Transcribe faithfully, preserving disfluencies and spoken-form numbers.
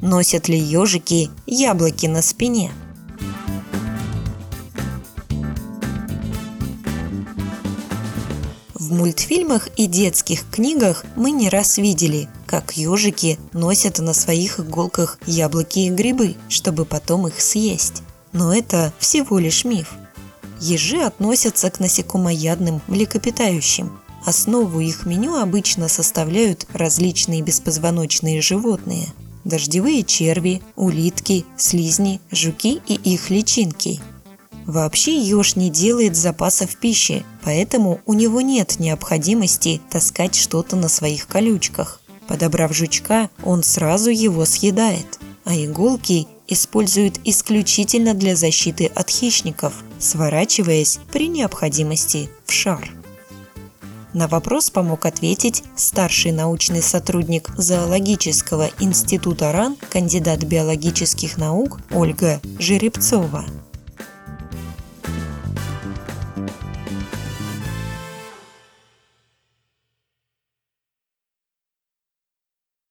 Носят ли ежики яблоки на спине? В мультфильмах и детских книгах мы не раз видели, как ежики носят на своих иголках яблоки и грибы, чтобы потом их съесть. Но это всего лишь миф. Ежи относятся к насекомоядным млекопитающим. Основу их меню обычно составляют различные беспозвоночные животные – дождевые черви, улитки, слизни, жуки и их личинки. Вообще еж не делает запасов пищи, поэтому у него нет необходимости таскать что-то на своих колючках. Подобрав жучка, он сразу его съедает, а иголки использует исключительно для защиты от хищников, сворачиваясь при необходимости в шар. На вопрос помог ответить старший научный сотрудник Зоологического института РАН, кандидат биологических наук Ольга Жеребцова.